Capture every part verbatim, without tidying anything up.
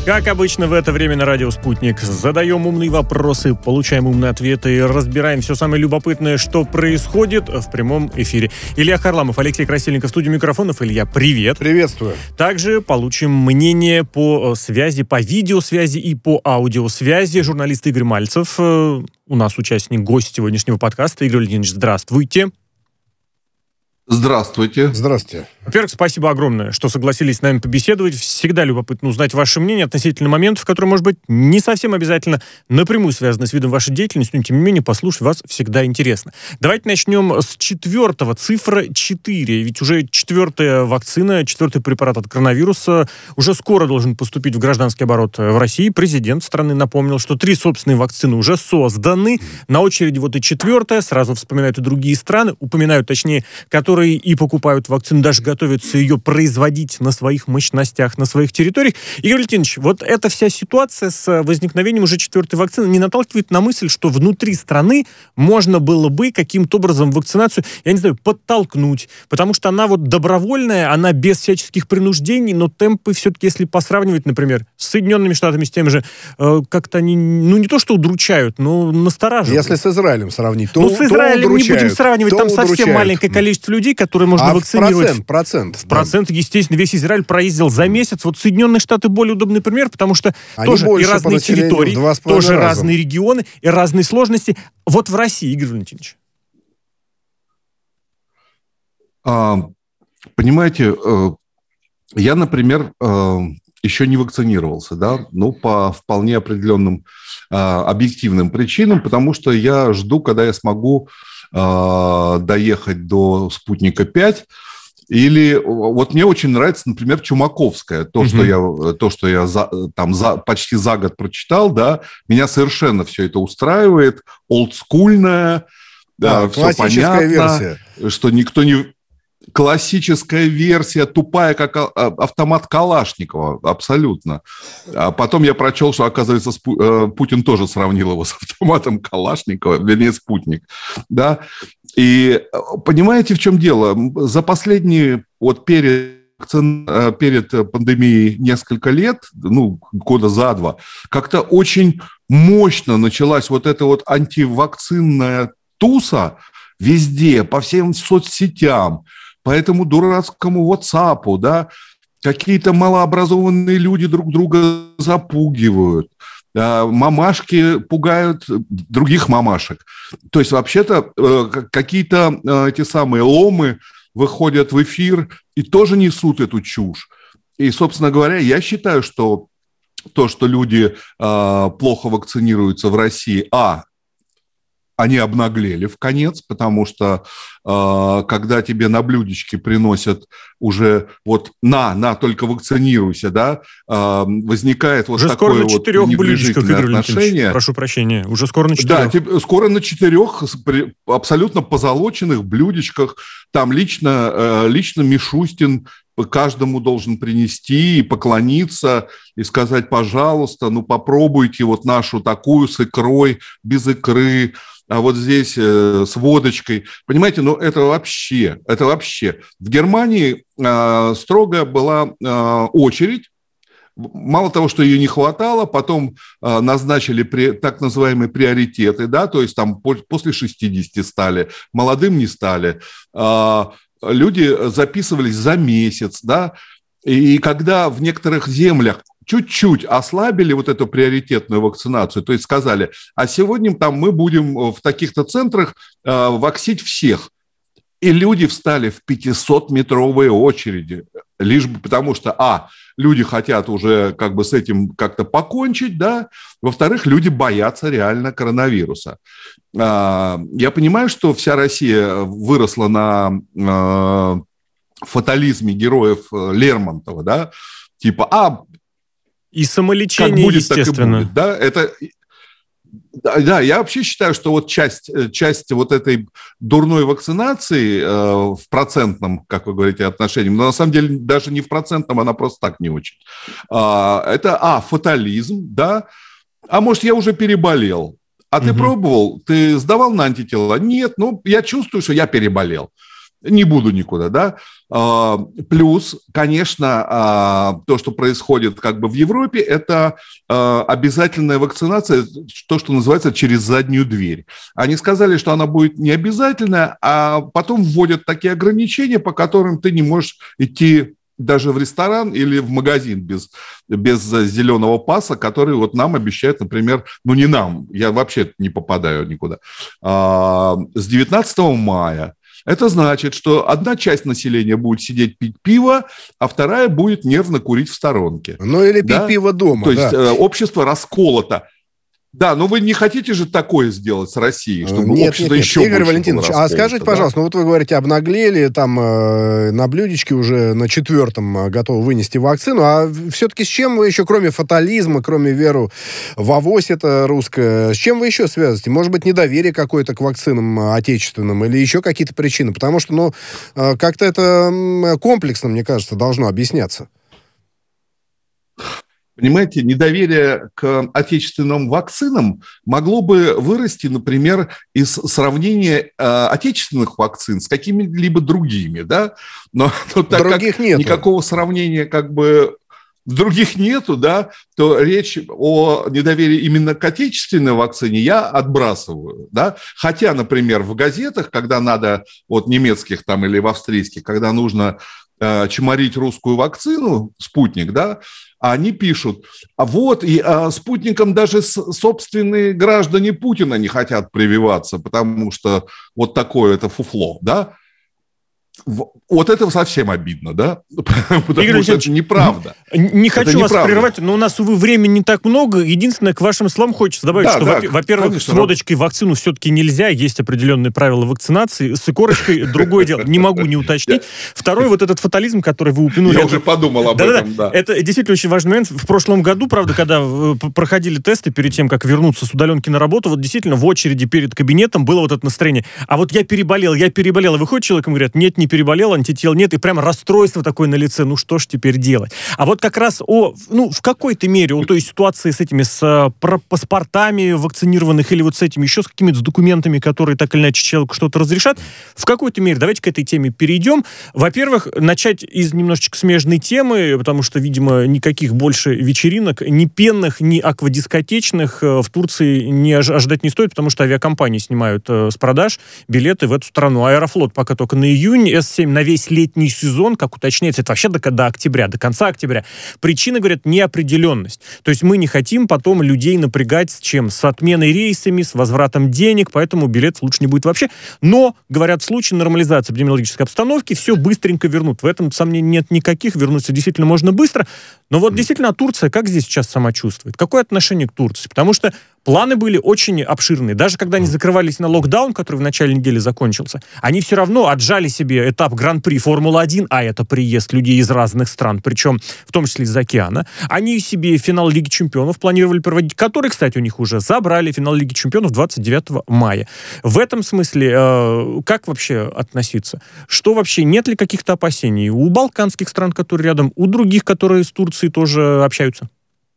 Как обычно в это время на радио «Спутник» задаем умные вопросы, получаем умные ответы и разбираем все самое любопытное, что происходит в прямом эфире. Илья Харламов, Алексей Красильников, в студии микрофонов. Илья, привет. Приветствую. Также получим мнение по связи, по видеосвязи и по аудиосвязи. Журналист Игорь Мальцев, у нас участник, гость сегодняшнего подкаста. Игорь Валентинович, здравствуйте. Здравствуйте. Здравствуйте. Во-первых, спасибо огромное, что согласились с нами побеседовать. Всегда любопытно узнать ваше мнение относительно моментов, которые, может быть, не совсем обязательно напрямую связаны с видом вашей деятельности, но, тем не менее, послушать вас всегда интересно. Давайте начнем с четвертого, цифра четыре. Ведь уже четвертая вакцина, четвертый препарат от коронавируса уже скоро должен поступить в гражданский оборот в России. Президент страны напомнил, что три собственные вакцины уже созданы. На очереди вот и четвертая. Сразу вспоминают и другие страны, упоминают, точнее, которые и покупают вакцину, даже готовятся ее производить на своих мощностях, на своих территориях. Игорь Валентинович, вот эта вся ситуация с возникновением уже четвертой вакцины не наталкивает на мысль, что внутри страны можно было бы каким-то образом вакцинацию, я не знаю, подтолкнуть, потому что она вот добровольная, она без всяческих принуждений, но темпы все-таки, если посравнивать, например, с Соединенными Штатами, с тем же, э, как-то они, ну, не то что удручают, но настораживают. Если с Израилем сравнить, то Ну, с Израилем удручают, не будем сравнивать, там совсем удручают. маленькое количество людей, которые можно а вакцинировать. процент, процент. В процент, естественно, весь Израиль проездил за месяц. Вот Соединенные Штаты более удобный пример, потому что Они тоже и разные территории, тоже раза. разные регионы и разные сложности. Вот в России, Игорь Валентинович. А, понимаете, я, например, еще не вакцинировался, да, ну, по вполне определенным объективным причинам, потому что я жду, когда я смогу доехать до «Спутника пять». Или вот мне очень нравится, например, Чумаковская. То, mm-hmm. что я, то, что я за, там за, почти за год прочитал, да, меня совершенно все это устраивает. Олдскульная, да, все понятно, версия. Что никто не... Классическая версия, тупая, как автомат Калашникова, абсолютно. А потом я прочел, что, оказывается, Путин тоже сравнил его с автоматом Калашникова, вернее, спутник. Да? И понимаете, в чем дело? За последние, вот перед, перед пандемией несколько лет, ну, года за два, как-то очень мощно началась вот эта вот антивакцинная туса везде, по всем соцсетям, по этому дурацкому WhatsApp, да, какие-то малообразованные люди друг друга запугивают, мамашки пугают других мамашек. То есть, вообще-то, какие-то эти самые ломы выходят в эфир и тоже несут эту чушь. И, собственно говоря, я считаю, что то, что люди плохо вакцинируются в России, а, они обнаглели в конец, потому что э, когда тебе на блюдечке приносят уже вот на, на, только вакцинируйся, да, э, возникает вот уже такое скоро на вот четырех пренебрежительное отношение. Прошу прощения, уже скоро на четырех. Да, скоро на четырех абсолютно позолоченных блюдечках. Там лично, э, лично Мишустин каждому должен принести и поклониться, и сказать, пожалуйста, ну попробуйте вот нашу такую с икрой, без икры, а вот здесь э, с водочкой. Понимаете, ну это вообще, это вообще. В Германии э, строгая была э, очередь. Мало того, что ее не хватало, потом э, назначили при, так называемые приоритеты, да, то есть там по, после шестидесяти стали, молодым не стали. Э, люди записывались за месяц, да, и когда в некоторых землях чуть-чуть ослабили вот эту приоритетную вакцинацию, то есть сказали, а сегодня там мы будем в таких-то центрах э, ваксить всех. И люди встали в пятисотметровые очереди, лишь бы потому что, а, люди хотят уже как бы с этим как-то покончить, да, во-вторых, люди боятся реально коронавируса. Э, я понимаю, что вся Россия выросла на э, фатализме героев Лермонтова, да, типа, а, и самолечение, как будет, естественно. Так и будет, да? Это, да, да, я вообще считаю, что вот часть, часть вот этой дурной вакцинации э, в процентном, как вы говорите, отношении, но на самом деле даже не в процентном, она просто так не очень. А, это, а, фатализм, да, а может, я уже переболел. А ты угу. пробовал? Ты сдавал на антитела? Нет, ну, я чувствую, что я переболел. Не буду никуда, да. А, плюс, конечно, а, то, что происходит как бы в Европе, это а, обязательная вакцинация, то, что называется через заднюю дверь. Они сказали, что она будет не обязательная, а потом вводят такие ограничения, по которым ты не можешь идти даже в ресторан или в магазин без, без зеленого паса, который вот нам обещают, например, ну не нам, я вообще не попадаю никуда, а, с девятнадцатого мая. Это значит, что одна часть населения будет сидеть пить пиво, а вторая будет нервно курить в сторонке. Ну или пить да? пиво дома. То да. есть э, общество расколото. Да, но вы не хотите же такое сделать с Россией, чтобы нет, общество нет, нет. еще Игорь больше Валентинович, было а скажите, да? пожалуйста, ну вот вы говорите, обнаглели, там э, на блюдечке уже на четвертом э, готовы вынести вакцину, а все-таки с чем вы еще, кроме фатализма, кроме веры в авось это русское, с чем вы еще связываете? Может быть, недоверие какое-то к вакцинам э, отечественным или еще какие-то причины? Потому что, ну, э, как-то это э, комплексно, мне кажется, должно объясняться. Понимаете, недоверие к отечественным вакцинам могло бы вырасти, например, из сравнения э, отечественных вакцин с какими-либо другими, да? Но, но так Других как нету. никакого сравнения как бы других нету, да, то речь о недоверии именно к отечественной вакцине я отбрасываю, да. Хотя, например, в газетах, когда надо, вот немецких там или в австрийских, когда нужно э, чморить русскую вакцину, «Спутник», да, они пишут, а вот и а, спутником даже с, собственные граждане Путина не хотят прививаться, потому что вот такое это фуфло, да? Вот это совсем обидно, да? Потому Игорь что это неправда. Не хочу это вас неправда. прерывать, но у нас, увы, времени не так много. Единственное, к вашим словам хочется добавить, да, что, да, во-первых, конечно, с водочкой вакцину все-таки нельзя, есть определенные правила вакцинации. С икорочкой другое дело. Не могу не уточнить. Второй, вот этот фатализм, который вы упомянули. Я уже подумал об этом, да. Это действительно очень важный момент. В прошлом году, правда, когда проходили тесты перед тем, как вернуться с удаленки на работу, вот действительно в очереди перед кабинетом было вот это настроение. А вот я переболел, я переболел. И выходит человек, ему говорят, нет, не переболел, антител нет, и прям расстройство такое на лице, ну что ж теперь делать? А вот как раз о, ну, в какой-то мере, о той ситуации с этими, с а, паспортами вакцинированных или вот с этими, еще с какими-то документами, которые так или иначе человеку что-то разрешат, в какой-то мере, давайте к этой теме перейдем. Во-первых, начать из немножечко смежной темы, потому что, видимо, никаких больше вечеринок, ни пенных, ни аквадискотечных в Турции не ожидать не стоит, потому что авиакомпании снимают э, с продаж билеты в эту страну. Аэрофлот пока только на июнь, эс семь на весь летний сезон, как уточняется, это вообще до, до октября, до конца октября. Причина, говорят, неопределенность. То есть мы не хотим потом людей напрягать с чем? С отменой рейсами, с возвратом денег, поэтому билетов лучше не будет вообще. Но, говорят, в случае нормализации эпидемиологической обстановки все быстренько вернут. В этом сомнений нет никаких, вернуться действительно можно быстро. Но вот действительно, а Турция как здесь сейчас сама чувствует? Какое отношение к Турции? Потому что планы были очень обширные. Даже когда они закрывались на локдаун, который в начале недели закончился, они все равно отжали себе этап Гран-при Формулы-один, а это приезд людей из разных стран, причем в том числе из-за океана. Они себе финал Лиги Чемпионов планировали проводить, который, кстати, у них уже забрали, финал Лиги Чемпионов двадцать девятого мая. В этом смысле, э, как вообще относиться? Что вообще, нет ли каких-то опасений у балканских стран, которые рядом, у других, которые с Турцией тоже общаются?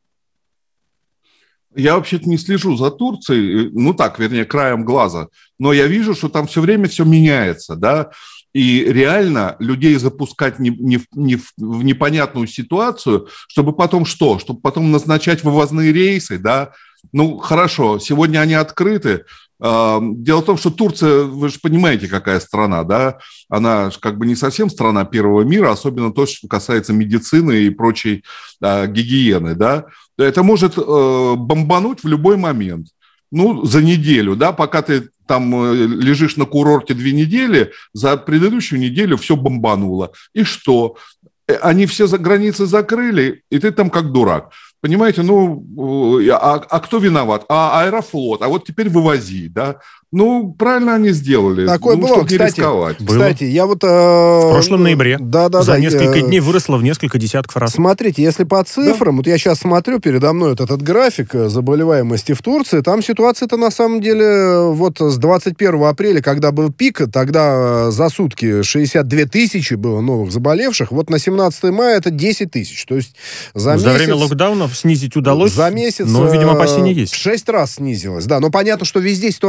Я вообще-то не слежу за Турцией, ну так, вернее, краем глаза, но я вижу, что там все время все меняется, да, и реально людей запускать не, не, не в, в непонятную ситуацию, чтобы потом что? Чтобы потом назначать вывозные рейсы, да, ну хорошо, сегодня они открыты. Дело в том, что Турция, вы же понимаете, какая страна, да, она как бы не совсем страна первого мира, особенно то, что касается медицины и прочей а, гигиены, да, это может э, бомбануть в любой момент, ну, за неделю, да, пока ты там лежишь на курорте две недели, за предыдущую неделю все бомбануло, и что? Они все за границы закрыли, и ты там как дурак. Понимаете, ну, а, а кто виноват? А Аэрофлот, а вот теперь вывози, да? Ну, правильно они сделали. Такое ну, было, чтобы кстати, не рисковать. кстати, я вот... Э, в прошлом ноябре. Да, да, За да, несколько я, дней выросло в несколько десятков раз. Смотрите, если по цифрам, да. Вот я сейчас смотрю передо мной вот этот график заболеваемости в Турции, там ситуация-то на самом деле вот с двадцать первого апреля, когда был пик, тогда за сутки шестьдесят две тысячи было новых заболевших, вот на семнадцатое мая это десять тысяч. То есть за, за месяц, время локдауна снизить удалось, за месяц, но, видимо, опасения есть. В шесть раз снизилось, да. Но понятно, что везде ситуация нестабильна.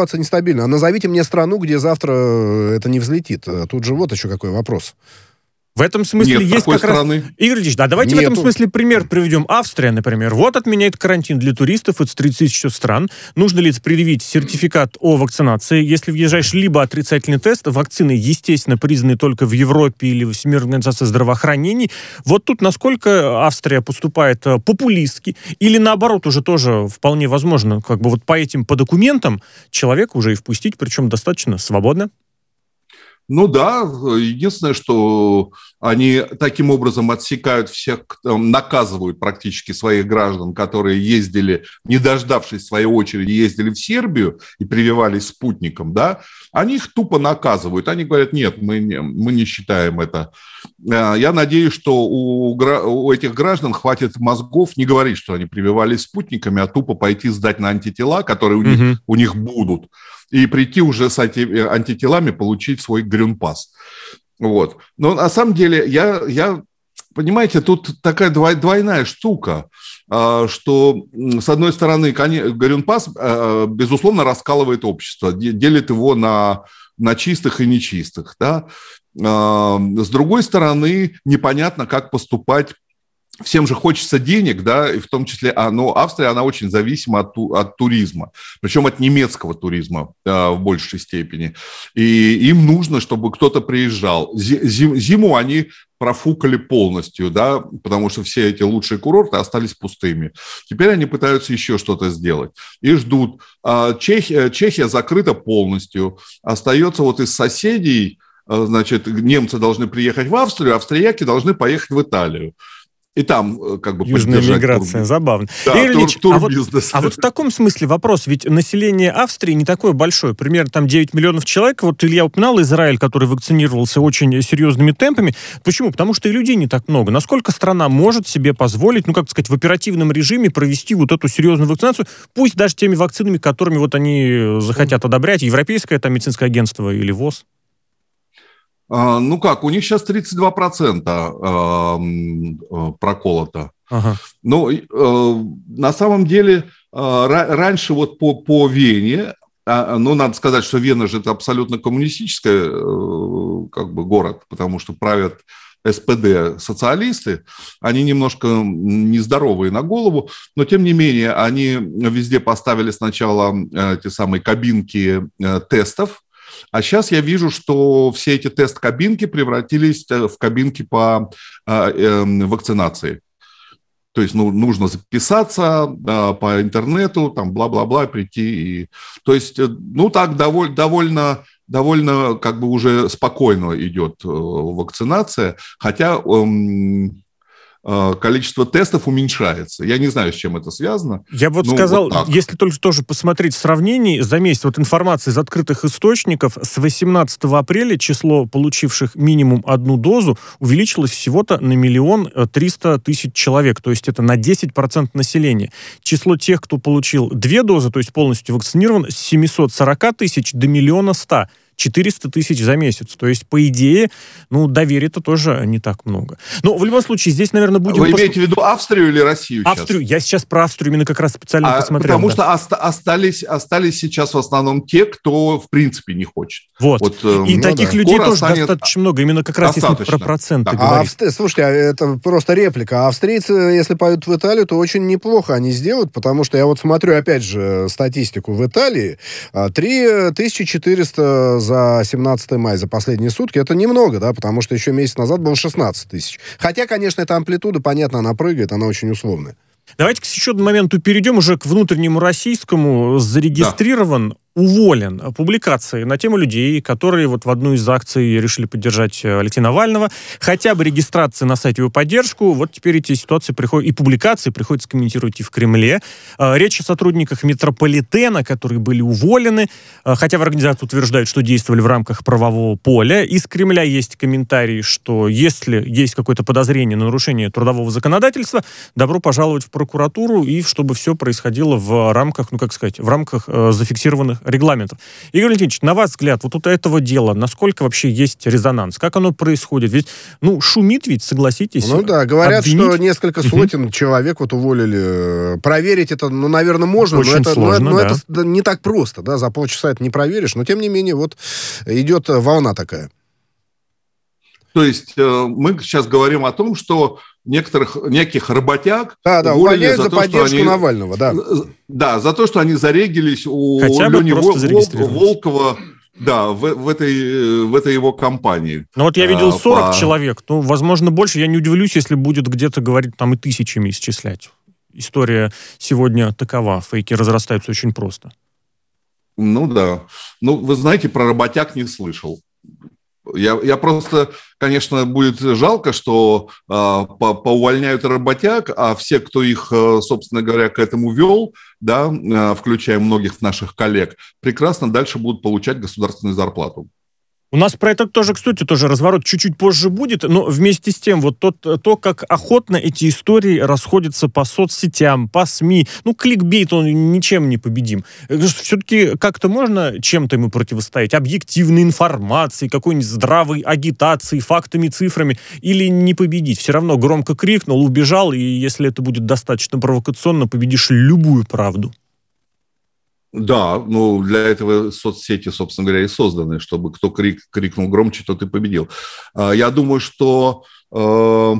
стабильно. А назовите мне страну, где завтра это не взлетит. Тут же вот еще какой вопрос. В этом смысле Нет, есть как страны. раз... Игорь Ильич, да, давайте Нету. в этом смысле пример приведем. Австрия, например. Вот отменяет карантин для туристов из тридцати тысяч стран. Нужно ли предъявить сертификат о вакцинации? Если въезжаешь либо отрицательный тест, вакцины, естественно, признаны только в Европе или в Всемирной организации здравоохранения. Вот тут насколько Австрия поступает популистски или наоборот уже тоже вполне возможно, как бы вот по этим, по документам человека уже и впустить, причем достаточно свободно? Ну да, единственное, что они таким образом отсекают всех, наказывают практически своих граждан, которые ездили, не дождавшись своей очереди, ездили в Сербию и прививались спутником, да, они их тупо наказывают. Они говорят, нет, мы не, мы не считаем это. Я надеюсь, что у, у этих граждан хватит мозгов не говорить, что они прививались спутниками, а тупо пойти сдать на антитела, которые у, mm-hmm. них, у них будут, и прийти уже с этими антителами, получить свой грин-пасс. Вот. Но на самом деле, я, я, понимаете, тут такая двойная штука, что, с одной стороны, грин-пасс, безусловно, раскалывает общество, делит его на, на чистых и нечистых. Да? С другой стороны, непонятно, как поступать. Всем же хочется денег, да, и в том числе, а, но Австрия, она очень зависима от, от туризма, причем от немецкого туризма а, в большей степени. И им нужно, чтобы кто-то приезжал. Зим, зиму они профукали полностью, да, потому что все эти лучшие курорты остались пустыми. Теперь они пытаются еще что-то сделать и ждут. А, Чехия, Чехия закрыта полностью. Остается вот из соседей, значит, немцы должны приехать в Австрию, австрияки должны поехать в Италию. И там как бы южная миграция, тур... забавно. Да, Игорь Ильич, тур, а, вот, а вот в таком смысле вопрос, ведь население Австрии не такое большое, примерно там девять миллионов человек, вот Илья упоминал Израиль, который вакцинировался очень серьезными темпами. Почему? Потому что и людей не так много. Насколько страна может себе позволить, ну, как сказать, в оперативном режиме провести вот эту серьезную вакцинацию, пусть даже теми вакцинами, которыми вот они захотят одобрять, Европейское там медицинское агентство или ВОЗ? Ну как, у них сейчас тридцать два процента проколото. Ага. Ну, на самом деле, раньше вот по, по Вене, ну, надо сказать, что Вена же это абсолютно коммунистический как бы город, потому что правят СПД социалисты, они немножко нездоровые на голову, но тем не менее они везде поставили сначала те самые кабинки тестов. А сейчас я вижу, что все эти тест-кабинки превратились в кабинки по э, вакцинации. То есть ну, нужно записаться э, по интернету, там бла-бла-бла, прийти. И... То есть, ну так, доволь, довольно, довольно как бы уже спокойно идет э, вакцинация, хотя... Э, количество тестов уменьшается. Я не знаю, с чем это связано. Я вот ну, сказал, вот если только тоже посмотреть в сравнении, за месяц вот информация из открытых источников, с восемнадцатого апреля число получивших минимум одну дозу увеличилось всего-то на миллион триста тысяч человек, то есть это на десять процентов населения. Число тех, кто получил две дозы, то есть полностью вакцинирован, с семисот сорока тысяч до миллиона ста. четыреста тысяч за месяц. То есть, по идее, ну, доверия-то тоже не так много. Но в любом случае, здесь, наверное, будем... Вы имеете пос... в виду Австрию или Россию сейчас? Австрию. Я сейчас про Австрию именно как раз специально а, посмотрел. Потому да. что оста- остались, остались сейчас в основном те, кто в принципе не хочет. Вот. вот и ну, таких да. людей Скоро тоже достаточно много. Именно как раз достаточно. Если про проценты да. говорить. А австри... Слушайте, это просто реплика. Австрийцы, если поедут в Италию, то очень неплохо они сделают, потому что я вот смотрю, опять же, статистику в Италии. три тысячи четыреста за семнадцатое мая, за последние сутки. Это немного, да, потому что еще месяц назад было шестнадцать тысяч. Хотя, конечно, эта амплитуда, понятно, она прыгает, она очень условная. Давайте к еще одному моменту перейдем уже к внутреннему российскому. Зарегистрирован, да. уволен публикации на тему людей, которые вот в одну из акций решили поддержать Алексея Навального. Хотя бы регистрация на сайте его поддержку. Вот теперь эти ситуации приходят, и публикации приходится комментировать и в Кремле. Речь о сотрудниках метрополитена, которые были уволены, хотя в организации утверждают, что действовали в рамках правового поля. Из Кремля есть комментарии, что если есть какое-то подозрение на нарушение трудового законодательства, добро пожаловать в прокуратуру, и чтобы все происходило в рамках, ну как сказать, в рамках зафиксированных регламентов. Игорь Валентинович, на ваш взгляд, вот у этого дела, насколько вообще есть резонанс? Как оно происходит? Ведь, ну, шумит ведь, согласитесь. Ну да, говорят, обвинить. Что несколько сотен угу. человек вот уволили. Проверить это, ну, наверное, можно, Очень но, это, сложно, но, но да. это не так просто, да, за полчаса это не проверишь, но тем не менее вот идет волна такая. То есть э, мы сейчас говорим о том, что некоторых, неких работяг да, да, уволили за, за то, поддержку они, Навального, да. Да, за то, что они зарегились у Хотя бы Лени просто Вол, Волкова, да, в, в, этой, в этой его компании. Ну вот я видел сорок а, по... человек, ну, возможно, больше. Я не удивлюсь, если будет где-то говорить, там и тысячами исчислять. История сегодня такова. Фейки разрастаются очень просто. Ну да. Ну, вы знаете, про работяг не слышал. Я, я просто, конечно, будет жалко, что э, по, поувольняют работяг, а все, кто их, э, собственно говоря, к этому вел, да, э, включая многих наших коллег, прекрасно дальше будут получать государственную зарплату. У нас про это тоже, кстати, тоже разворот чуть-чуть позже будет, но вместе с тем, вот тот, то, как охотно эти истории расходятся по соцсетям, по СМИ, ну, кликбейт, он ничем не победим. Все-таки как-то можно чем-то ему противостоять? Объективной информацией, какой-нибудь здравой агитацией, фактами, цифрами, или не победить? Все равно громко крикнул, убежал, и если это будет достаточно провокационно, победишь любую правду. Да, ну, для этого соцсети, собственно говоря, и созданы, чтобы кто крик, крикнул громче, тот и победил. Я думаю, что э,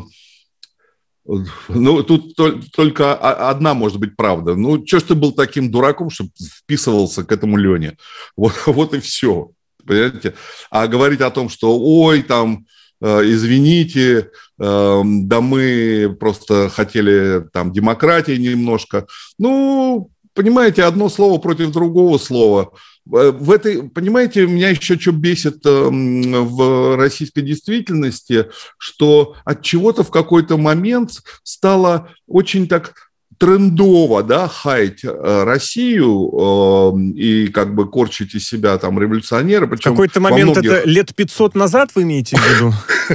ну, тут только одна может быть правда. Ну, что ж ты был таким дураком, чтобы вписывался к этому Лене? Вот, вот и все. Понимаете? А говорить о том, что ой, там, извините, да мы просто хотели там демократии немножко. Ну... Понимаете, одно слово против другого слова. В этой, понимаете, меня еще что бесит в российской действительности, что от чего-то в какой-то момент стало очень так трендово, да, хаять Россию и как бы корчить из себя там революционера. В какой-то момент, многих... это лет пятьсот назад вы имеете в виду?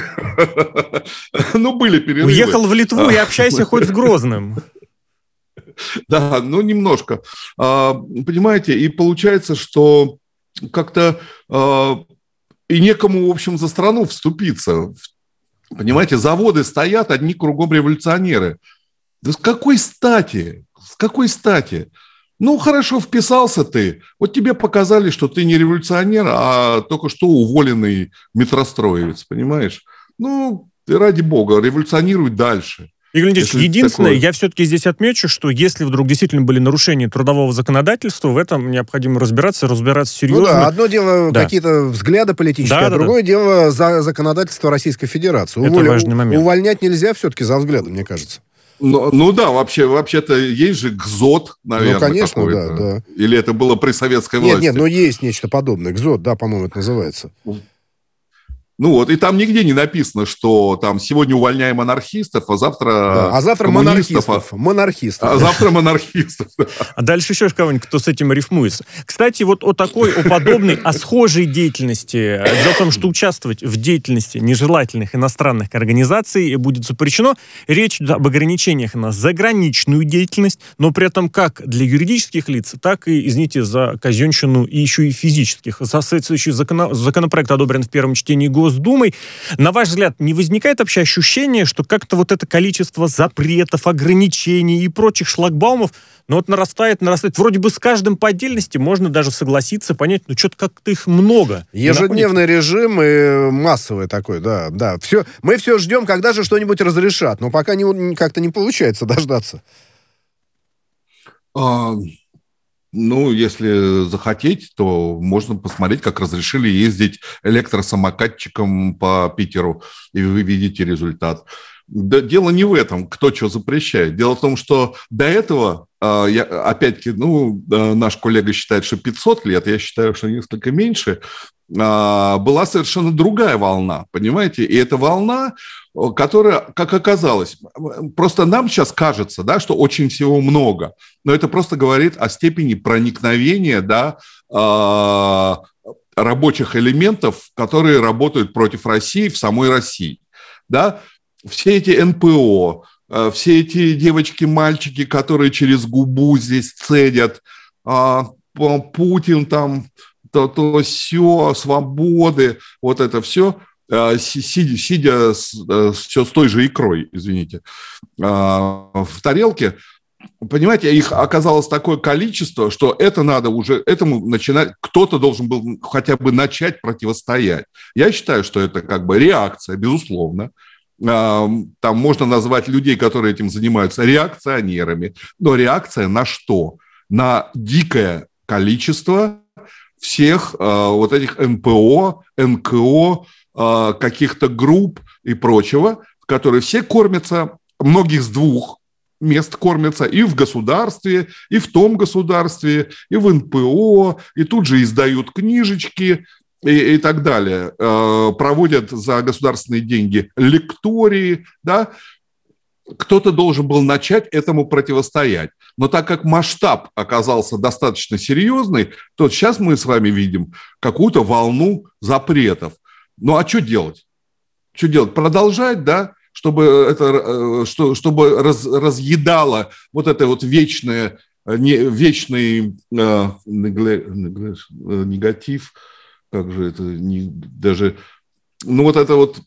Ну, были перерывы. Уехал в Литву и общайся хоть с Грозным. Да, ну, немножко. Понимаете, и получается, что как-то и некому, в общем, за страну вступиться. Понимаете, заводы стоят, одни кругом революционеры. Да с какой стати? С какой стати? Ну, хорошо, вписался ты. Вот тебе показали, что ты не революционер, а только что уволенный метростроевец, понимаешь? Ну, ради бога, революционируй дальше. Игорь Леонидович, единственное, такое... я все-таки здесь отмечу, что если вдруг действительно были нарушения трудового законодательства, в этом необходимо разбираться, разбираться серьезно. Ну да, одно дело да. какие-то взгляды политические, да, а да, другое да. дело за законодательство Российской Федерации. Это Уволь... важный момент. Увольнять нельзя все-таки за взгляды, мне кажется. Ну, ну да, вообще, вообще-то есть же ГЗОТ, наверное, ну, конечно, какой-то. Да, да. Или это было при советской власти? Нет, нет, но есть нечто подобное. ГЗОТ, да, по-моему, это называется. Ну вот, и там нигде не написано, что там сегодня увольняем анархистов, а завтра да, а завтра монархистов. Монархистов. А завтра монархистов. Да. А дальше еще кого-нибудь, кто с этим рифмуется. Кстати, вот о такой, о подобной, о схожей деятельности. Дело в том, что участвовать в деятельности нежелательных иностранных организаций будет запрещено. Речь идет об ограничениях на заграничную деятельность, но при этом как для юридических лиц, так и, извините, за казенщину и еще и физических. Соответствующий закон... законопроект одобрен в первом чтении Госдумы. Госдумой. На ваш взгляд, не возникает вообще ощущение, что как-то вот это количество запретов, ограничений и прочих шлагбаумов, ну вот нарастает, нарастает. Вроде бы с каждым по отдельности можно даже согласиться, понять, ну что-то как-то их много. Ежедневный режим и массовый такой, да, да. Все, мы все ждем, когда же что-нибудь разрешат, но пока не, как-то не получается дождаться. А... Ну, если захотеть, то можно посмотреть, как разрешили ездить электросамокатчиком по Питеру, и вы видите результат. Да, дело не в этом, кто что запрещает. Дело в том, что до этого, я, опять-таки, ну, наш коллега считает, что пятьсот лет, я считаю, что несколько меньше, была совершенно другая волна, понимаете? И эта волна, которая, как оказалось, просто нам сейчас кажется, да, что очень всего много, но это просто говорит о степени проникновения, да, рабочих элементов, которые работают против России в самой России, да. Все эти эн пэ о, все эти девочки-мальчики, которые через губу здесь цедят, Путин там, то, то все, свободы, вот это все, сидя, сидя с, все с той же икрой, извините, в тарелке. Понимаете, их оказалось такое количество, что это надо уже, этому начинать, кто-то должен был хотя бы начать противостоять. Я считаю, что это как бы реакция, безусловно. Там можно назвать людей, которые этим занимаются, реакционерами. Но реакция на что? На дикое количество всех вот этих эн пэ о, эн ка о, каких-то групп и прочего, которые все кормятся, многих с двух мест кормятся, и в государстве, и в том государстве, и в эн пэ о, и тут же издают книжечки и, и так далее. Проводят за государственные деньги лектории, да. Кто-то должен был начать этому противостоять. Но так как масштаб оказался достаточно серьезный, то сейчас мы с вами видим какую-то волну запретов. Ну а что делать? Что делать? Продолжать, да? Чтобы это, чтобы раз, разъедало вот это вот вечное, не, вечный э, негатив, как же это, не, даже, ну вот это вот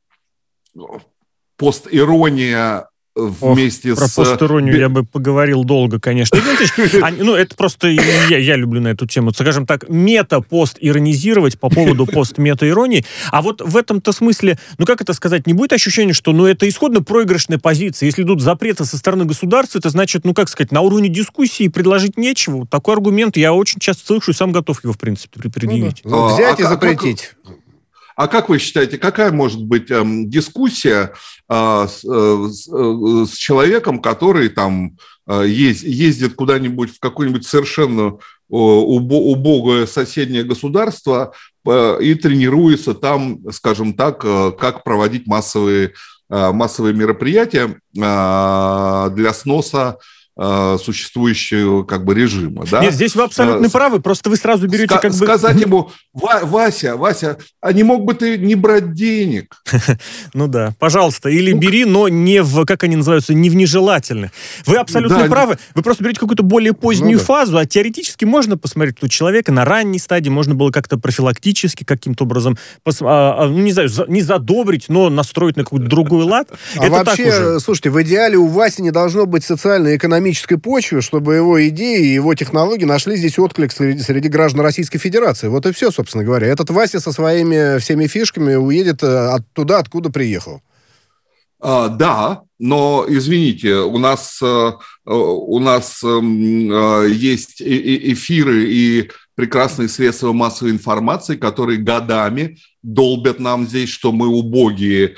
постирония вместе Ох, с... Про постиронию я бы поговорил долго, конечно. А, ну, это просто я, я люблю на эту тему, скажем так, мета-пост-иронизировать по поводу пост-мета-иронии. А вот в этом-то смысле, ну, как это сказать, не будет ощущения, что, ну, это исходно проигрышная позиция. Если идут запреты со стороны государства, это значит, ну, как сказать, на уровне дискуссии предложить нечего. Вот такой аргумент я очень часто слышу и сам готов его, в принципе, предъявить. Ну, да. Взять а, и запретить. А как вы считаете, какая может быть эм, дискуссия э, с, э, с человеком, который там э, ез, ездит куда-нибудь в какое-нибудь совершенно э, убогое соседнее государство э, и тренируется там, скажем так, э, как проводить массовые, э, массовые мероприятия э, для сноса существующего как бы режима. Да? Нет, здесь вы абсолютно правы, просто вы сразу берете Ска- как бы... Сказать ему, Вася, Вася, а не мог бы ты не брать денег? Ну да, пожалуйста, или бери, но не в, как они называются, не в нежелательных. Вы абсолютно да, правы, вы просто берете какую-то более позднюю ну, да. фазу, а теоретически можно посмотреть у человека на ранней стадии, можно было как-то профилактически каким-то образом, пос... а, ну не знаю, за... не задобрить, но настроить на какой-то другой лад. А это вообще, так уже... слушайте, в идеале у Васи не должно быть социально-экономической почве, чтобы его идеи и его технологии нашли здесь отклик среди, среди граждан Российской Федерации. Вот и все, собственно говоря. Этот Вася со своими всеми фишками уедет оттуда, откуда приехал. А, да, но, извините, у нас, у нас есть эфиры и прекрасные средства массовой информации, которые годами долбят нам здесь, что мы убогие,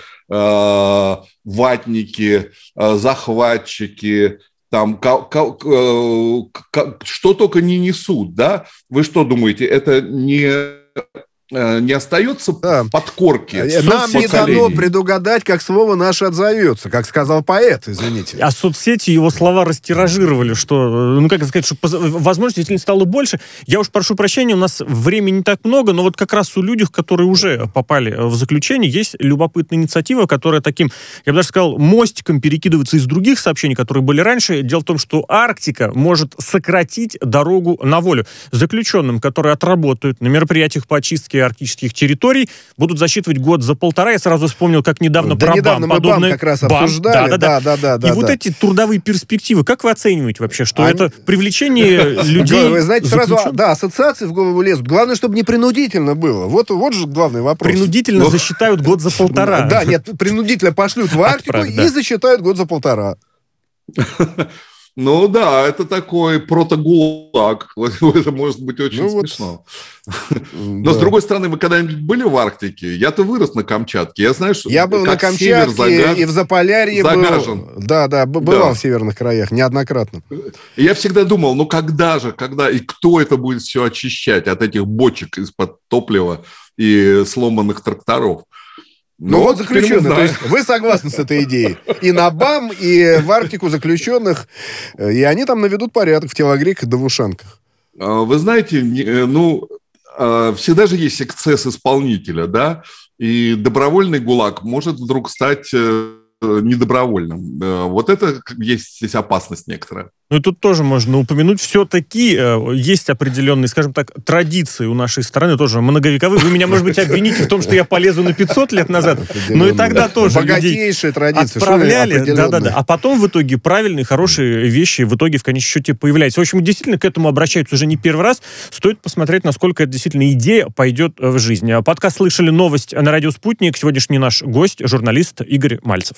ватники, захватчики, там, как, как, как, что только не несут, да? Вы что думаете, это не, не остается да. подкорки? Нам не дано предугадать, как слово наше отзовется, как сказал поэт, извините. А соцсети его слова растиражировали, что, ну, как сказать, что возможностей действительно стало больше. Я уж прошу прощения, у нас времени не так много, но вот как раз у людей, которые уже попали в заключение, есть любопытная инициатива, которая таким, я бы даже сказал, мостиком перекидывается из других сообщений, которые были раньше. Дело в том, что Арктика может сократить дорогу на волю. Заключенным, которые отработают на мероприятиях по очистке арктических территорий, будут засчитывать год за полтора. Я сразу вспомнил, как недавно да про недавно БАМ. Мы БАМ как раз обсуждали. Да, да, да, да, да, И да, вот да. эти трудовые перспективы, как вы оцениваете вообще, что Они... это привлечение людей? Вы знаете, сразу, да, ассоциации в голову лезут. Главное, чтобы не принудительно было. Вот, вот же главный вопрос. Принудительно Но... засчитают год за полтора. Да, нет, принудительно пошлют в Арктику и засчитают год за полтора. Ну да, это такой протогулаг. Это может быть очень ну смешно. Вот, Но, да. с другой стороны, вы когда-нибудь были в Арктике? Я-то вырос на Камчатке. Я, знаю, что Я был на Камчатке загаж... и в Заполярье загажен. был. Да, да, бывал да. в северных краях неоднократно. Я всегда думал, ну когда же, когда и кто это будет все очищать от этих бочек из-под топлива и сломанных тракторов? Ну, ну вот заключенные, то есть вы согласны с этой идеей? И на БАМ, и в Арктику заключенных, и они там наведут порядок в телогрейках да в ушанках. Вы знаете, ну, всегда же есть эксцесс исполнителя, да, и добровольный ГУЛАГ может вдруг стать недобровольным. Вот это есть здесь опасность некоторая. Ну и тут тоже можно упомянуть, все-таки э, есть определенные, скажем так, традиции у нашей страны, тоже многовековые. Вы меня, может быть, обвините в том, что я полезу на пятьсот лет назад, но и тогда тоже богатейшие традиции отправляли. Да-да-да. А потом в итоге правильные, хорошие вещи в итоге в конечном счете появляются. В общем, действительно к этому обращаются уже не первый раз. Стоит посмотреть, насколько это действительно идея пойдет в жизнь. Подкаст «Слышали новость» на радио «Спутник». Сегодняшний наш гость, журналист Игорь Мальцев.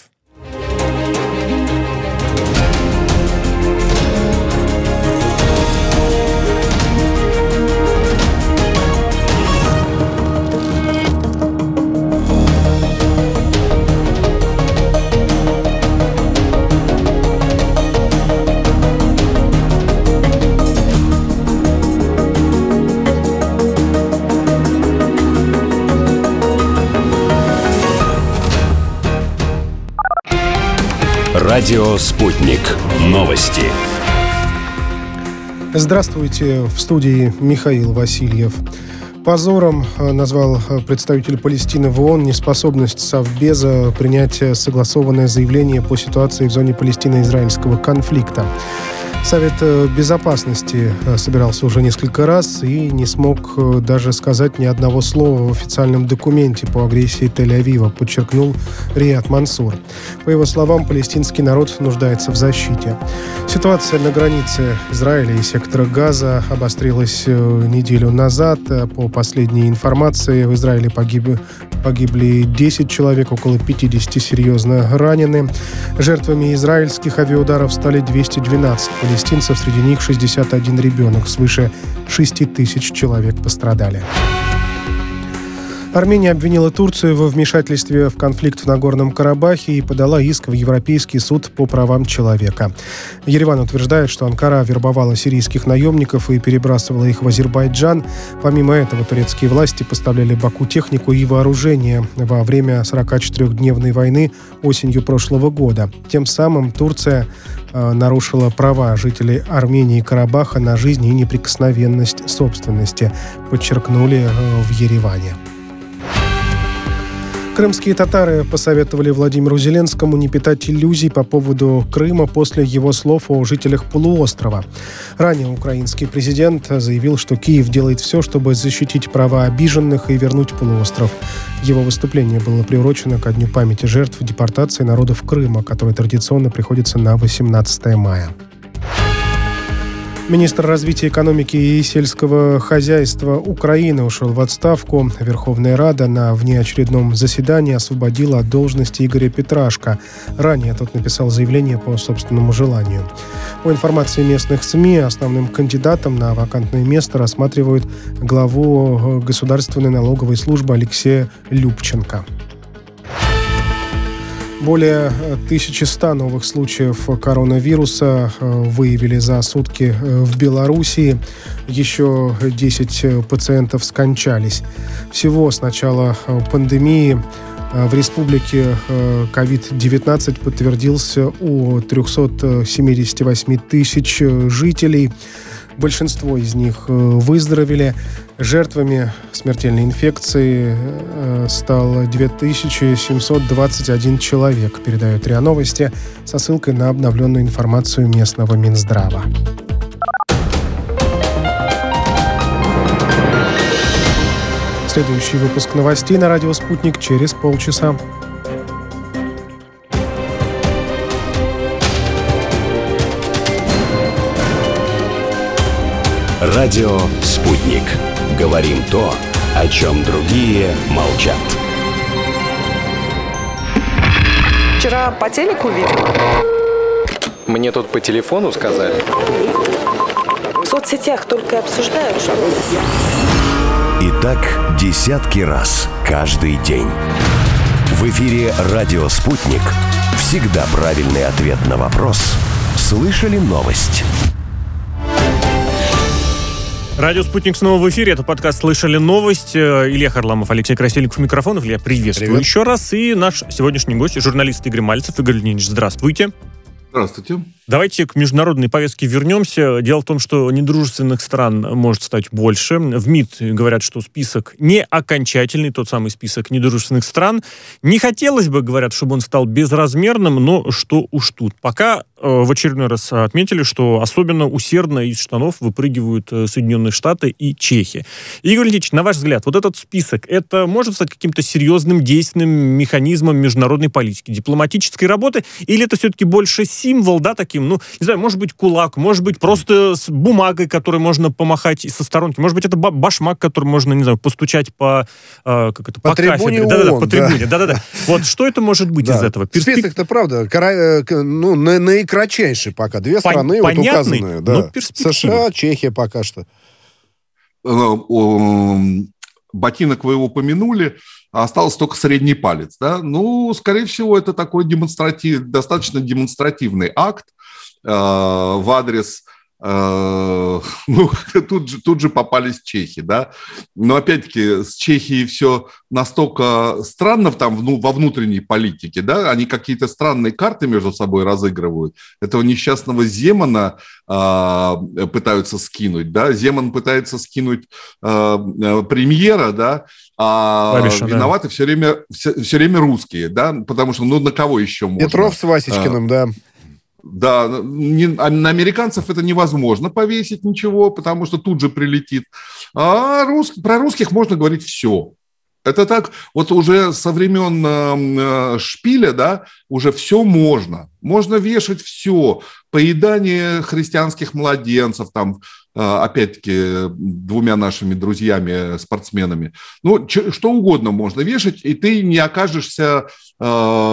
Радио «Спутник». Новости. Здравствуйте. В студии Михаил Васильев. Позором назвал представитель Палестины в ООН неспособность Совбеза принять согласованное заявление по ситуации в зоне Палестино-израильского конфликта. Совет Безопасности собирался уже несколько раз и не смог даже сказать ни одного слова в официальном документе по агрессии Тель-Авива, подчеркнул Рияд Мансур. По его словам, палестинский народ нуждается в защите. Ситуация на границе Израиля и сектора Газа обострилась неделю назад. По последней информации, в Израиле погибли, погибли десять человек, около пятьдесят серьезно ранены. Жертвами израильских авиаударов стали двести двенадцать палестинцев, среди них шестьдесят один ребенок, свыше шесть тысяч человек пострадали. Армения обвинила Турцию во вмешательстве в конфликт в Нагорном Карабахе и подала иск в Европейский суд по правам человека. Ереван утверждает, что Анкара вербовала сирийских наемников и перебрасывала их в Азербайджан. Помимо этого, турецкие власти поставляли Баку технику и вооружение во время сорокачетырёхдневной войны осенью прошлого года. Тем самым Турция э, нарушила права жителей Армении и Карабаха на жизнь и неприкосновенность собственности, подчеркнули э, в Ереване. Крымские татары посоветовали Владимиру Зеленскому не питать иллюзий по поводу Крыма после его слов о жителях полуострова. Ранее украинский президент заявил, что Киев делает все, чтобы защитить права обиженных и вернуть полуостров. Его выступление было приурочено ко Дню памяти жертв депортации народов Крыма, который традиционно приходится на восемнадцатое мая. Министр развития экономики и сельского хозяйства Украины ушел в отставку. Верховная Рада на внеочередном заседании освободила от должности Игоря Петрашко. Ранее тот написал заявление по собственному желанию. По информации местных СМИ, основным кандидатом на вакантное место рассматривают главу Государственной налоговой службы Алексея Любченко. Более тысячи ста новых случаев коронавируса выявили за сутки в Белоруссии. Еще десять пациентов скончались. Всего с начала пандемии в республике ковид девятнадцать подтвердился у триста семьдесят восемь тысяч жителей. Большинство из них выздоровели. Жертвами смертельной инфекции стал две тысячи семьсот двадцать один человек, передает РИА Новости со ссылкой на обновленную информацию местного Минздрава. Следующий выпуск новостей на радио «Спутник» через полчаса. Радио «Спутник». Говорим то, о чем другие молчат. Вчера по телеку видел. Мне тут по телефону сказали. В соцсетях только обсуждают, что... И так десятки раз каждый день. В эфире «Радио Спутник». Всегда правильный ответ на вопрос. Слышали новость? Радио «Спутник» снова в эфире. Это подкаст «Слышали новость». Илья Харламов, Алексей Красильников у микрофонов. Илья, приветствую Привет. Еще раз. И наш сегодняшний гость, журналист Игорь Мальцев. Игорь Леонидович, здравствуйте. Здравствуйте. Давайте к международной повестке вернемся. Дело в том, что недружественных стран может стать больше. В МИД говорят, что список не окончательный, тот самый список недружественных стран. Не хотелось бы, говорят, чтобы он стал безразмерным, но что уж тут. Пока э, в очередной раз отметили, что особенно усердно из штанов выпрыгивают Соединенные Штаты и Чехия. Игорь Ильич, на ваш взгляд, вот этот список, это может стать каким-то серьезным действенным механизмом международной политики, дипломатической работы, или это все-таки больше символ, да, таким, ну, не знаю, может быть, кулак, может быть, просто с бумагой, которой можно помахать со сторонки, может быть, это башмак, который можно, не знаю, постучать по, э, как это, по, по трибуне кафедре. Да-да-да, по да. трибуне, да-да-да. Вот что это может быть да. из этого? Перспек... Список-то, правда, кара... ну, на- наикратчайший пока. Две Пон- страны вот понятный, указаны. Да. но перспективы. США, Чехия пока что. Ботинок вы его упомянули, а остался только средний палец. Да? Ну, скорее всего, это такой демонстратив, достаточно демонстративный акт э, в адрес... Э, ну, тут же, тут же попались чехи. Да? Но, опять-таки, с Чехией все настолько странно там, ну, во внутренней политике. Да? Они какие-то странные карты между собой разыгрывают. Этого несчастного Земана э, пытаются скинуть. Да? Земан пытается скинуть э, премьера, да? А Клавиша, виноваты да. все время, все, все время русские, да, потому что, ну, на кого еще можно? Петров с Васечкиным, а, да. Да, не, на американцев это невозможно повесить ничего, потому что тут же прилетит. А рус, про русских можно говорить все. Это так, вот уже со времен э, Шпиля, да, уже все можно. Можно вешать все. Поедание христианских младенцев, там, э, опять-таки, двумя нашими друзьями, спортсменами. Ну, ч- что угодно можно вешать, и ты не окажешься э,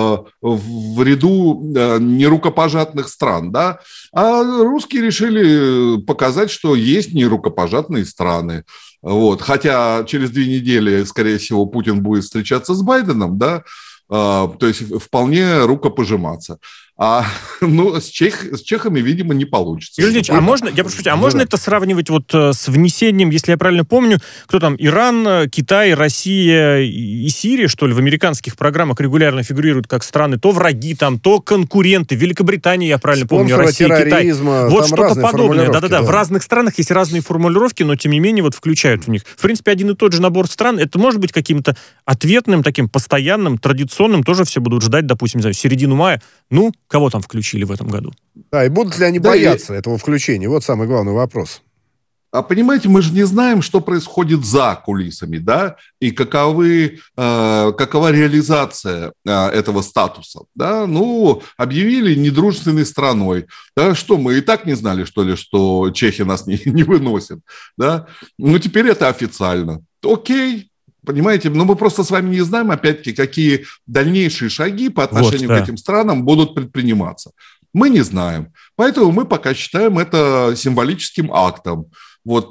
в ряду э, нерукопожатных стран, да. А русские решили показать, что есть нерукопожатные страны. Вот. Хотя через две недели, скорее всего, Путин будет встречаться с Байденом, да, а, то есть вполне рукопожиматься. А ну, с, чех, с чехами, видимо, не получится. Юрий Ильич, а можно, я прошу прощения, а да, можно да. это сравнивать вот с внесением, если я правильно помню, кто там, Иран, Китай, Россия и Сирия, что ли, в американских программах регулярно фигурируют как страны, то враги там, то конкуренты. Великобритания, я правильно помню, Россия, Китай. Вот что-то подобное. Да-да-да, да. В разных странах есть разные формулировки, но тем не менее вот включают в них. В принципе, один и тот же набор стран, это может быть каким-то ответным, таким постоянным, традиционным, тоже все будут ждать, допустим, не знаю, середину мая. Ну, кого там включили в этом году? Да, и будут ли они да бояться и... этого включения? Вот самый главный вопрос. А понимаете, мы же не знаем, что происходит за кулисами, да, и каковы, э, какова реализация э, этого статуса, да. Ну, объявили недружественной страной, да, что мы и так не знали, что ли, что чехи нас не, не выносят, да. Ну, теперь это официально. Окей. Понимаете, но мы просто с вами не знаем, опять-таки, какие дальнейшие шаги по отношению вот, да. к этим странам будут предприниматься. Мы не знаем. Поэтому мы пока считаем это символическим актом. Вот,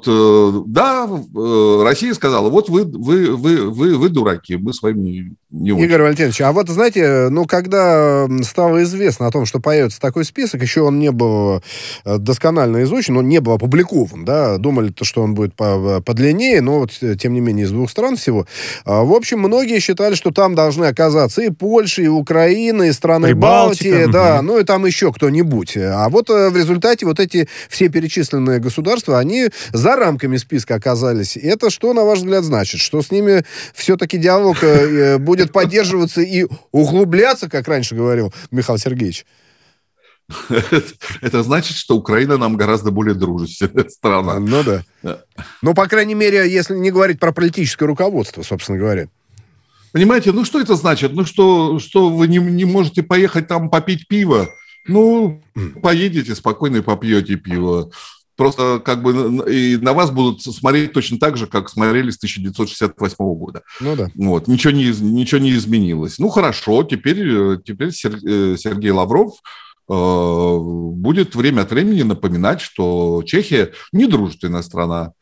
да, Россия сказала, вот вы, вы, вы, вы, вы дураки, мы с вами не очень. Игорь Валентинович, а вот, знаете, ну, когда стало известно о том, что появится такой список, еще он не был досконально изучен, он не был опубликован, да, думали, что он будет подлиннее, но вот, тем не менее, из двух стран всего. В общем, многие считали, что там должны оказаться и Польша, и Украина, и страны Прибалтика, Балтии, угу. да, ну, и там еще кто-нибудь. А вот в результате вот эти все перечисленные государства, они за рамками списка оказались. Это что, на ваш взгляд, значит? Что с ними все-таки диалог э, будет поддерживаться и углубляться, как раньше говорил Михаил Сергеевич? Это значит, что Украина нам гораздо более дружественная страна. Ну да. Ну, по крайней мере, если не говорить про политическое руководство, собственно говоря. Понимаете, ну что это значит? Ну что, что вы не, не можете поехать там попить пиво? Ну, поедете спокойно и попьете пиво. Просто как бы и на вас будут смотреть точно так же, как смотрели с тысяча девятьсот шестьдесят восьмого года. Ну да. Вот. Ничего не, ничего не изменилось. Ну хорошо, теперь, теперь Сергей Лавров э, будет время от времени напоминать, что Чехия недружественная страна.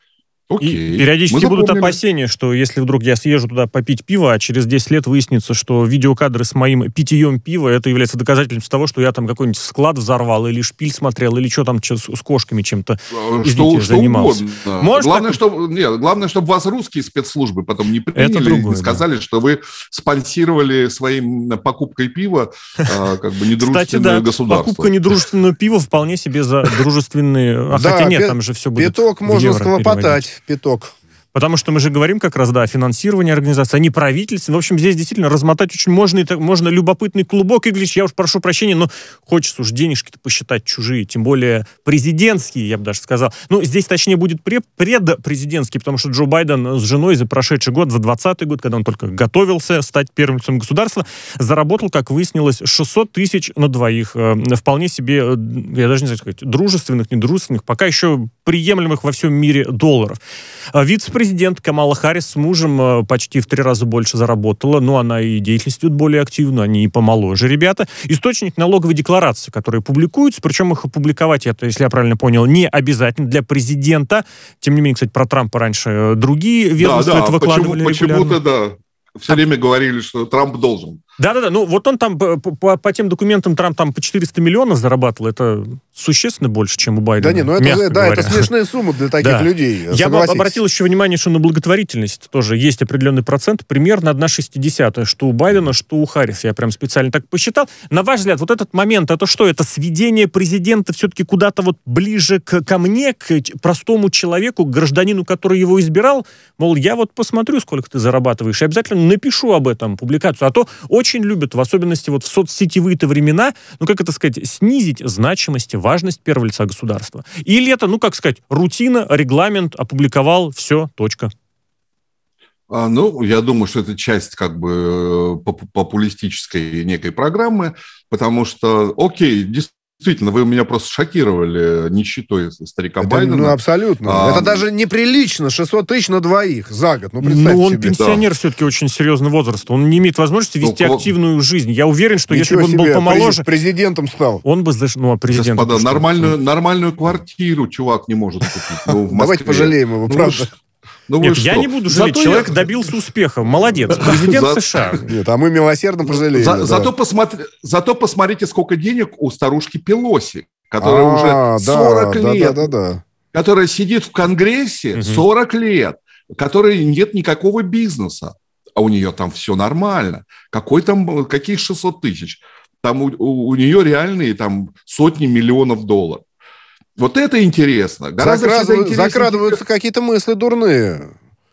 Окей. И периодически будут опасения, что если вдруг я съезжу туда попить пиво, а через десять лет выяснится, что видеокадры с моим питьем пива, это является доказательством того, что я там какой-нибудь склад взорвал, или шпиль смотрел, или что там что, с кошками чем-то, извините, что, занимался. Что угодно. Главное, так... чтобы, нет, главное, чтобы вас русские спецслужбы потом не приняли другое, и сказали, да. что вы спонсировали своей покупкой пива как бы недружественное государство. Покупка недружественного пива вполне себе за дружественные... А хотя нет, там же все будет пяток можно схлопотать. Пяток. Потому что мы же говорим как раз, да, о финансировании организации, а не правительстве. В общем, здесь действительно размотать очень можно, и так, можно любопытный клубок, Игоревич, я уж прошу прощения, но хочется уж денежки-то посчитать чужие, тем более президентские, я бы даже сказал. Ну, здесь, точнее, будет предпрезидентский, потому что Джо Байден с женой за прошедший год, за двадцатый год, когда он только готовился стать первым лицом государства, заработал, как выяснилось, шестьсот тысяч на двоих. Вполне себе, я даже не знаю сказать, дружественных, недружественных, пока еще приемлемых во всем мире долларов. Вице-президент Президент Камала Харрис с мужем почти в три раза больше заработала, но она и деятельность ведет более активно, они и помоложе ребята. Источник налоговой декларации, которые публикуются, причем их опубликовать, это, если я правильно понял, не обязательно для президента. Тем не менее, кстати, про Трампа раньше другие ведомства да, да, это выкладывали почему, почему-то, да. Все время говорили, что Трамп должен. Да-да-да, ну вот он там по, по, по тем документам Трамп там по четыреста миллионов зарабатывал, это существенно больше, чем у Байдена. Да не, ну это, да, это смешная сумма для таких да. людей. Я бы обратил еще внимание, что на благотворительность тоже есть определенный процент, примерно одна шестидесятая, что у Байдена, что у Харрис. Я прям специально так посчитал. На ваш взгляд, вот этот момент, это что? Это сведение президента все-таки куда-то вот ближе к, ко мне, к простому человеку, к гражданину, который его избирал? Мол, я вот посмотрю, сколько ты зарабатываешь, и обязательно напишу об этом публикацию. А то очень очень любят, в особенности вот в соцсетевые-то времена, ну, как это сказать, снизить значимость, важность первого лица государства. Или это, ну, как сказать, рутина, регламент, опубликовал, все, точка. А, ну, я думаю, что это часть как бы популистической некой программы, потому что, окей, действительно, Действительно, вы меня просто шокировали нищетой старика это, Байдена. Ну, абсолютно. А, это даже неприлично, шестьсот тысяч на двоих за год. Ну, представьте ну он себе. пенсионер да. все-таки очень серьезного возраста. Он не имеет возможности вести ну, активную жизнь. Я уверен, что если бы он был помоложе... Президентом стал. Он бы... Ну, а президентом... Господа, нормальную, нормальную квартиру чувак не может купить. Ну, давайте пожалеем его, правда. Ну, Нет, я не буду жалеть. Зато Человек я... добился успеха. Молодец. Президент За... США. Нет, а мы милосердно пожалеем. За, да. зато, посмотри... зато посмотрите, сколько денег у старушки Пелоси, которая а, уже сорок да, лет, да, да, да, да. которая сидит в Конгрессе угу. сорок лет, которой нет никакого бизнеса. А у нее там все нормально. Какой там, какие шестьсот тысяч? Там у, у, у нее реальные там сотни миллионов долларов. Вот это интересно. Закрадываются, закрадываются какие-то мысли дурные.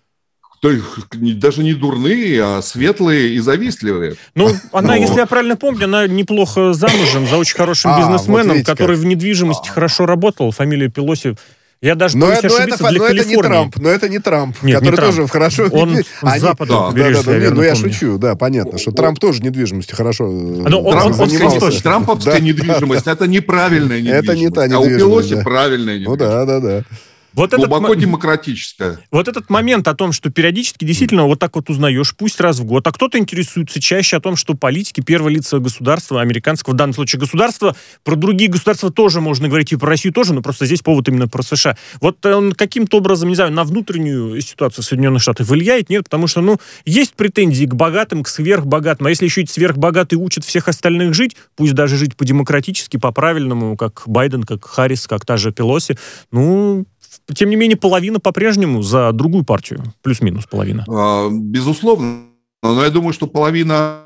То есть, даже не дурные, а светлые и завистливые. Ну, она, если я правильно помню, она неплохо замужем за очень хорошим а, бизнесменом, вот который в недвижимости а. хорошо работал. Фамилия Пелоси. Я даже но, боюсь но ошибиться это, для но Калифорнии. Это не Трамп, но это не Трамп, Нет, который не Трамп. тоже хорошо... Он с запада побережья, да, да, да, да, ну, я помню. шучу, да, понятно, что Трамп тоже недвижимостью хорошо но он, Трамп, он, он, Трамповская да, недвижимость, да, это неправильная недвижимость. Это не та недвижимость. А у Пелоси да. правильная недвижимость. Ну да, да, да. Вот глубоко этот, демократическая. Вот этот момент о том, что периодически действительно вот так вот узнаешь, пусть раз в год, а кто-то интересуется чаще о том, что политики, первые лица государства, американского, в данном случае государства, про другие государства тоже можно говорить, и про Россию тоже, но просто здесь повод именно про США. Вот он каким-то образом, не знаю, на внутреннюю ситуацию Соединенных Штатов влияет? Нет, потому что, ну, есть претензии к богатым, к сверхбогатым, а если еще эти сверхбогатые учат всех остальных жить, пусть даже жить по-демократически, по-правильному, как Байден, как Харрис, как та же Пелоси, ну... Тем не менее, половина по-прежнему за другую партию. Плюс-минус половина. Безусловно. Но я думаю, что половина,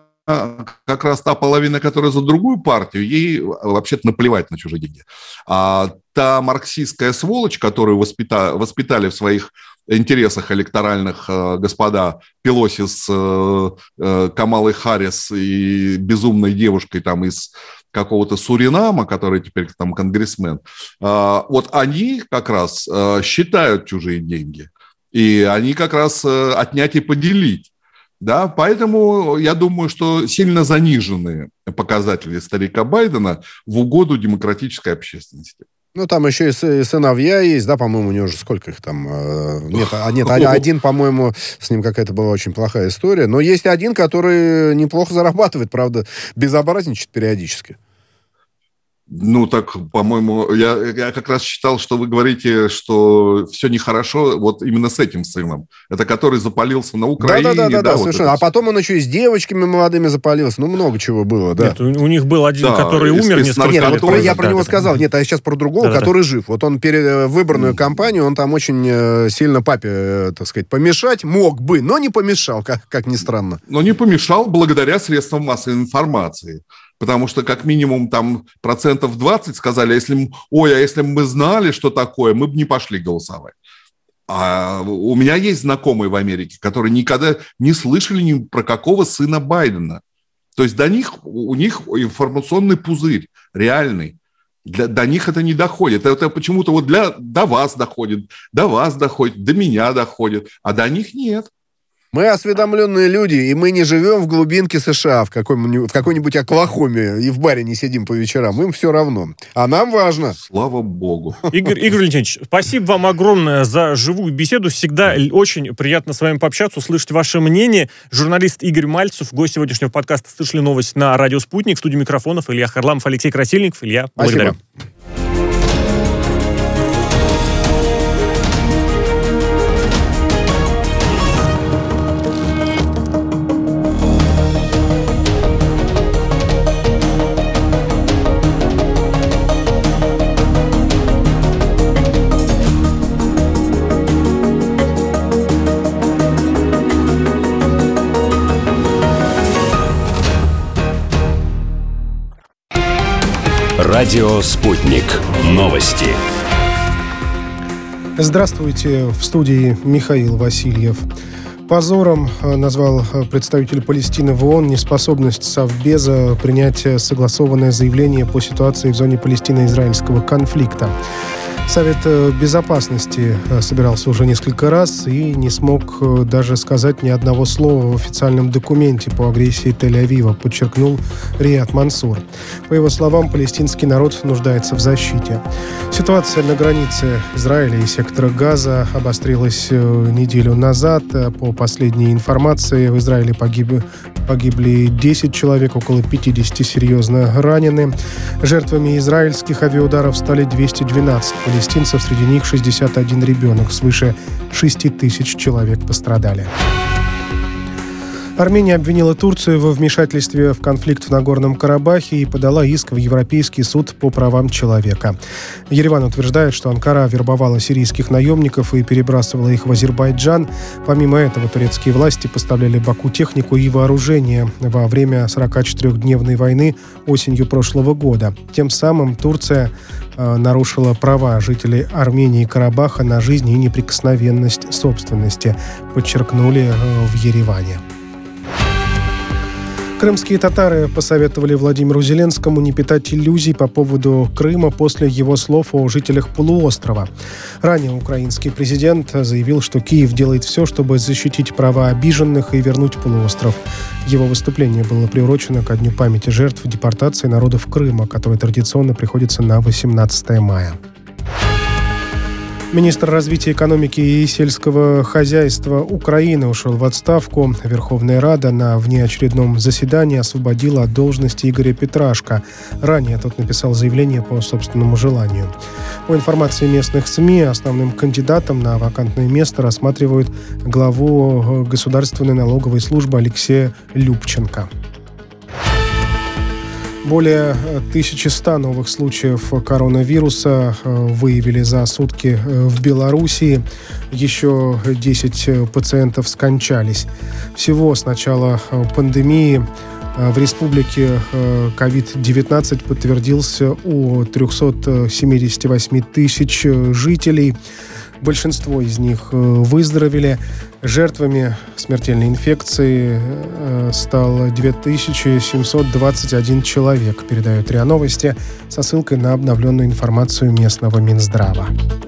как раз та половина, которая за другую партию, ей вообще-то наплевать на чужие деньги. А та марксистская сволочь, которую воспита, воспитали в своих интересах электоральных э, господа Пелоси с э, э, Камалой Харрис и безумной девушкой там из какого-то Суринама, который теперь там конгрессмен, э, вот они как раз э, считают чужие деньги. И они как раз э, отнять и поделить. Да? Поэтому я думаю, что сильно заниженные показатели старика Байдена в угоду демократической общественности. Ну, там еще и сыновья есть, да, по-моему, у него уже сколько их там... Нет, а, нет, один, по-моему, с ним какая-то была очень плохая история. Но есть один, который неплохо зарабатывает, правда, безобразничает периодически. Ну, так, по-моему, я, я как раз считал, что вы говорите, что все нехорошо вот именно с этим сыном. Это который запалился на Украине. Да-да-да, да, да, вот совершенно. это... А потом он еще и с девочками молодыми запалился. Ну, много чего было, да. Нет, у, у них был один, да, который и, умер и несколько Нет, лет вот назад. я про да, него да, сказал. да. Нет, а сейчас про другого, Да-да-да. который жив. Вот он перед выборную кампанию, он там очень э, сильно папе, э, так сказать, помешать мог бы, но не помешал, как, как ни странно. Но не помешал благодаря средствам массовой информации. Потому что как минимум там процентов двадцать сказали, если, ой, а если бы мы знали, что такое, мы бы не пошли голосовать. А у меня есть знакомые в Америке, которые никогда не слышали ни про какого сына Байдена. То есть до них, у них информационный пузырь реальный. Для, до них это не доходит. Это почему-то вот для, до вас доходит, до вас доходит, до меня доходит, а до них нет. Мы осведомленные люди, и мы не живем в глубинке США, в, какой-нибудь, в какой-нибудь Оклахоме, и в баре не сидим по вечерам. Им все равно. А нам важно. Слава богу. Игорь, Игорь Валентинович, спасибо вам огромное за живую беседу. Всегда очень приятно с вами пообщаться, услышать ваше мнение. Журналист Игорь Мальцев, гость сегодняшнего подкаста «Слышали новость» на радио «Спутник». В студии микрофонов Илья Харламов, Алексей Красильников. Илья, благодарю. Спасибо. Радио «Спутник». Новости. Здравствуйте, в студии Михаил Васильев. Позором назвал представитель Палестины в ООН неспособность Совбеза принять согласованное заявление по ситуации в зоне Палестино-израильского конфликта. Совет Безопасности собирался уже несколько раз и не смог даже сказать ни одного слова в официальном документе по агрессии Тель-Авива, подчеркнул Рияд Мансур. По его словам, палестинский народ нуждается в защите. Ситуация на границе Израиля и сектора Газа обострилась неделю назад. По последней информации, в Израиле погибли, погибли десять человек, около пятьдесят серьезно ранены. Жертвами израильских авиаударов стали двести двенадцать палестинцев, среди них шестьдесят один ребенок. Свыше шесть тысяч человек пострадали. Армения обвинила Турцию во вмешательстве в конфликт в Нагорном Карабахе и подала иск в Европейский суд по правам человека. Ереван утверждает, что Анкара вербовала сирийских наемников и перебрасывала их в Азербайджан. Помимо этого, турецкие власти поставляли Баку технику и вооружение во время сорокачетырёхдневной войны осенью прошлого года. Тем самым Турция э, нарушила права жителей Армении и Карабаха на жизнь и неприкосновенность собственности, подчеркнули э, в Ереване. Крымские татары посоветовали Владимиру Зеленскому не питать иллюзий по поводу Крыма после его слов о жителях полуострова. Ранее украинский президент заявил, что Киев делает все, чтобы защитить права обиженных и вернуть полуостров. Его выступление было приурочено ко Дню памяти жертв депортации народов Крыма, который традиционно приходится на восемнадцатое мая. Министр развития экономики и сельского хозяйства Украины ушел в отставку. Верховная Рада на внеочередном заседании освободила от должности Игоря Петрашко. Ранее тот написал заявление по собственному желанию. По информации местных СМИ, основным кандидатом на вакантное место рассматривают главу Государственной налоговой службы Алексея Любченко. Более тысячи ста новых случаев коронавируса выявили за сутки в Белоруссии. Еще десять пациентов скончались. Всего с начала пандемии в республике ковид девятнадцать подтвердился у триста семьдесят восемь тысяч жителей. Большинство из них выздоровели. Жертвами смертельной инфекции стал две тысячи семьсот двадцать один человек, передает РИА Новости со ссылкой на обновленную информацию местного Минздрава.